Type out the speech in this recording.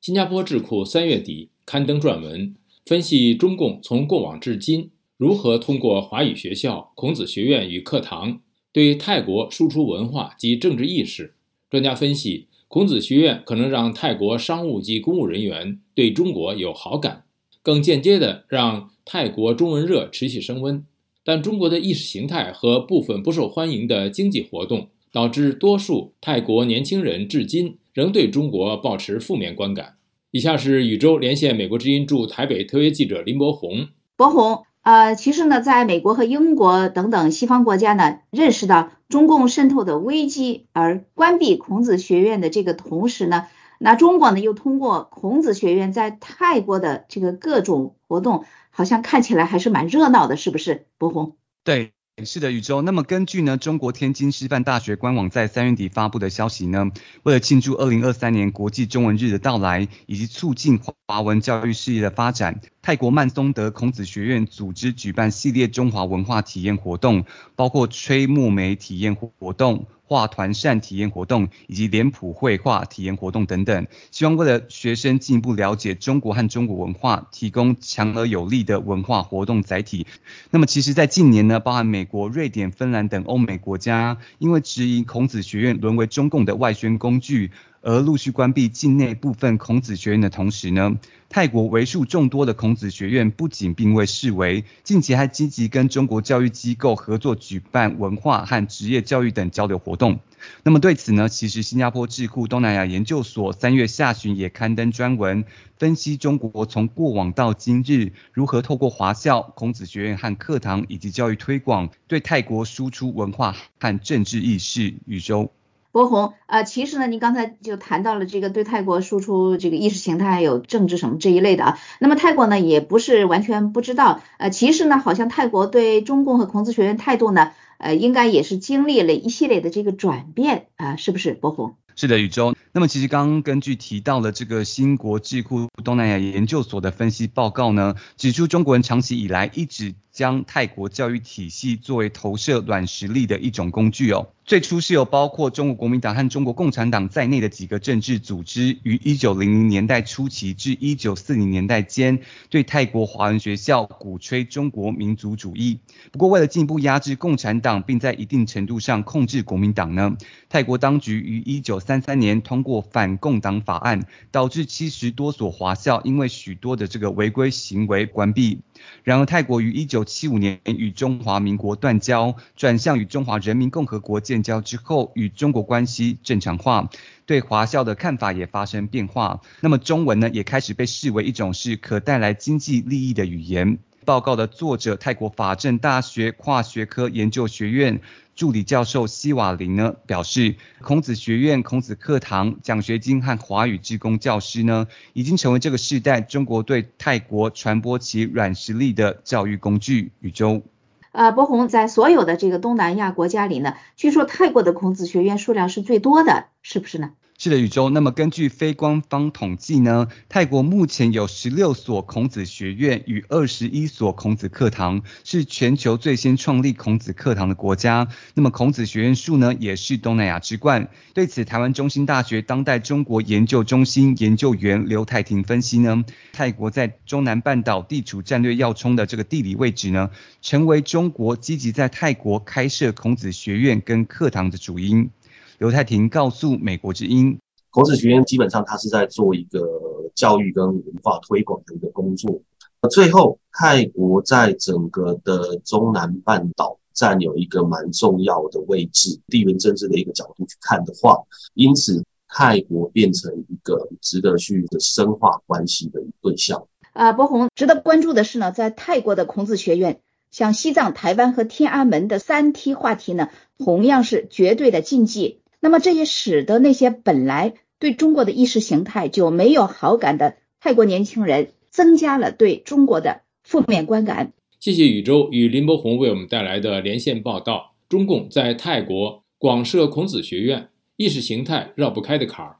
新加坡智库3月底刊登撰文，分析中共从过往至今如何通过华语学校、孔子学院与课堂对泰国输出文化及政治意识。专家分析，孔子学院可能让泰国商务及公务人员对中国有好感，更间接地让泰国中文热持续升温。但中国的意识形态和部分不受欢迎的经济活动，导致多数泰国年轻人至今仍对中国抱持负面观感。以下是宇宙连线美国之音驻台北特约记者林伯宏。 伯宏，其实呢，在美国和英国等等西方国家呢，认识到中共渗透的危机而关闭孔子学院的这个同时呢，那中国呢又通过孔子学院在泰国的这个各种活动，好像看起来还是蛮热闹的，是不是，伯宏？ 对。是的，宇宙。那么根据呢中国天津师范大学官网在3月底发布的消息呢，为了庆祝2023年国际中文日的到来，以及促进华文教育事业的发展，泰国曼松德孔子学院组织举办系列中华文化体验活动，包括吹木梅体验活动、画团扇体验活动以及脸谱绘画体验活动等等，希望为了学生进一步了解中国和中国文化，提供强而有力的文化活动载体。那么其实在近年呢，包含美国、瑞典、芬兰等欧美国家，因为质疑孔子学院沦为中共的外宣工具，而陆续关闭境内部分孔子学院的同时呢，泰国为数众多的孔子学院不仅并未视为，近期还积极跟中国教育机构合作举办文化和职业教育等交流活动。那么对此呢，其实新加坡智库东南亚研究所3月下旬也刊登专文，分析中国从过往到今日如何透过华校、孔子学院和课堂以及教育推广，对泰国输出文化和政治意识。宇宙。 伯宏，其实呢，您刚才就谈到了这个对泰国输出这个意识形态有政治什么这一类的啊。那么泰国呢也不是完全不知道，其实呢好像泰国对中共和孔子学院态度呢，应该也是经历了一系列的这个转变啊，是不是，伯宏？ 是的，宇宙。那么其实刚刚根据提到了这个新国智库东南亚研究所的分析报告呢，指出中国人长期以来一直将泰国教育体系作为投射软实力的一种工具哦。最初是有包括中国国民党和中国共产党在内的几个政治组织，于1900年代初期至1940年代间，对泰国华文学校鼓吹中国民族主义。不过为了进一步压制共产党，并在一定程度上控制国民党呢，泰国当局于1933年通过反共党法案，导致70多所华校因为许多的这个违规行为关闭。然而泰国于1975年与中华民国断交，转向与中华人民共和国建交之后，与中国关系正常化，对华校的看法也发生变化。那么中文呢，也开始被视为一种是可带来经济利益的语言。报告的作者，泰国法政大学跨学科研究学院助理教授希瓦林呢表示，孔子学院、孔子课堂、奖学金和华语志工教师呢，已经成为这个世代中国对泰国传播其软实力的教育工具。宇宙。 伯宏，在所有的这个东南亚国家里呢，据说泰国的孔子学院数量是最多的，是不是呢？ 是的，宇宙。那么根据非官方统计呢，泰国目前有16所孔子学院与21所孔子课堂，是全球最先创立孔子课堂的国家。那么孔子学院数呢，也是东南亚之冠。对此，台湾中兴大学当代中国研究中心研究员刘泰廷分析呢，泰国在中南半岛地处战略要冲的这个地理位置呢，成为中国积极在泰国开设孔子学院跟课堂的主因。刘泰廷告诉美国之音， 孔子学院基本上它是在做一个教育跟文化推广的一个工作。最后，泰国在整个的中南半岛占有一个蛮重要的位置，地缘政治的一个角度去看的话，因此泰国变成一个值得去深化关系的对象。 伯宏，值得关注的是呢，在泰国的孔子学院，像西藏、台湾和天安门的3T 话题呢，同样是绝对的禁忌。那么这也使得那些本来对中国的意识形态就没有好感的泰国年轻人，增加了对中国的负面观感。 谢谢宇宙与林伯宏为我们带来的连线报道。中共在泰国广设孔子学院，意识形态绕不开的坎儿。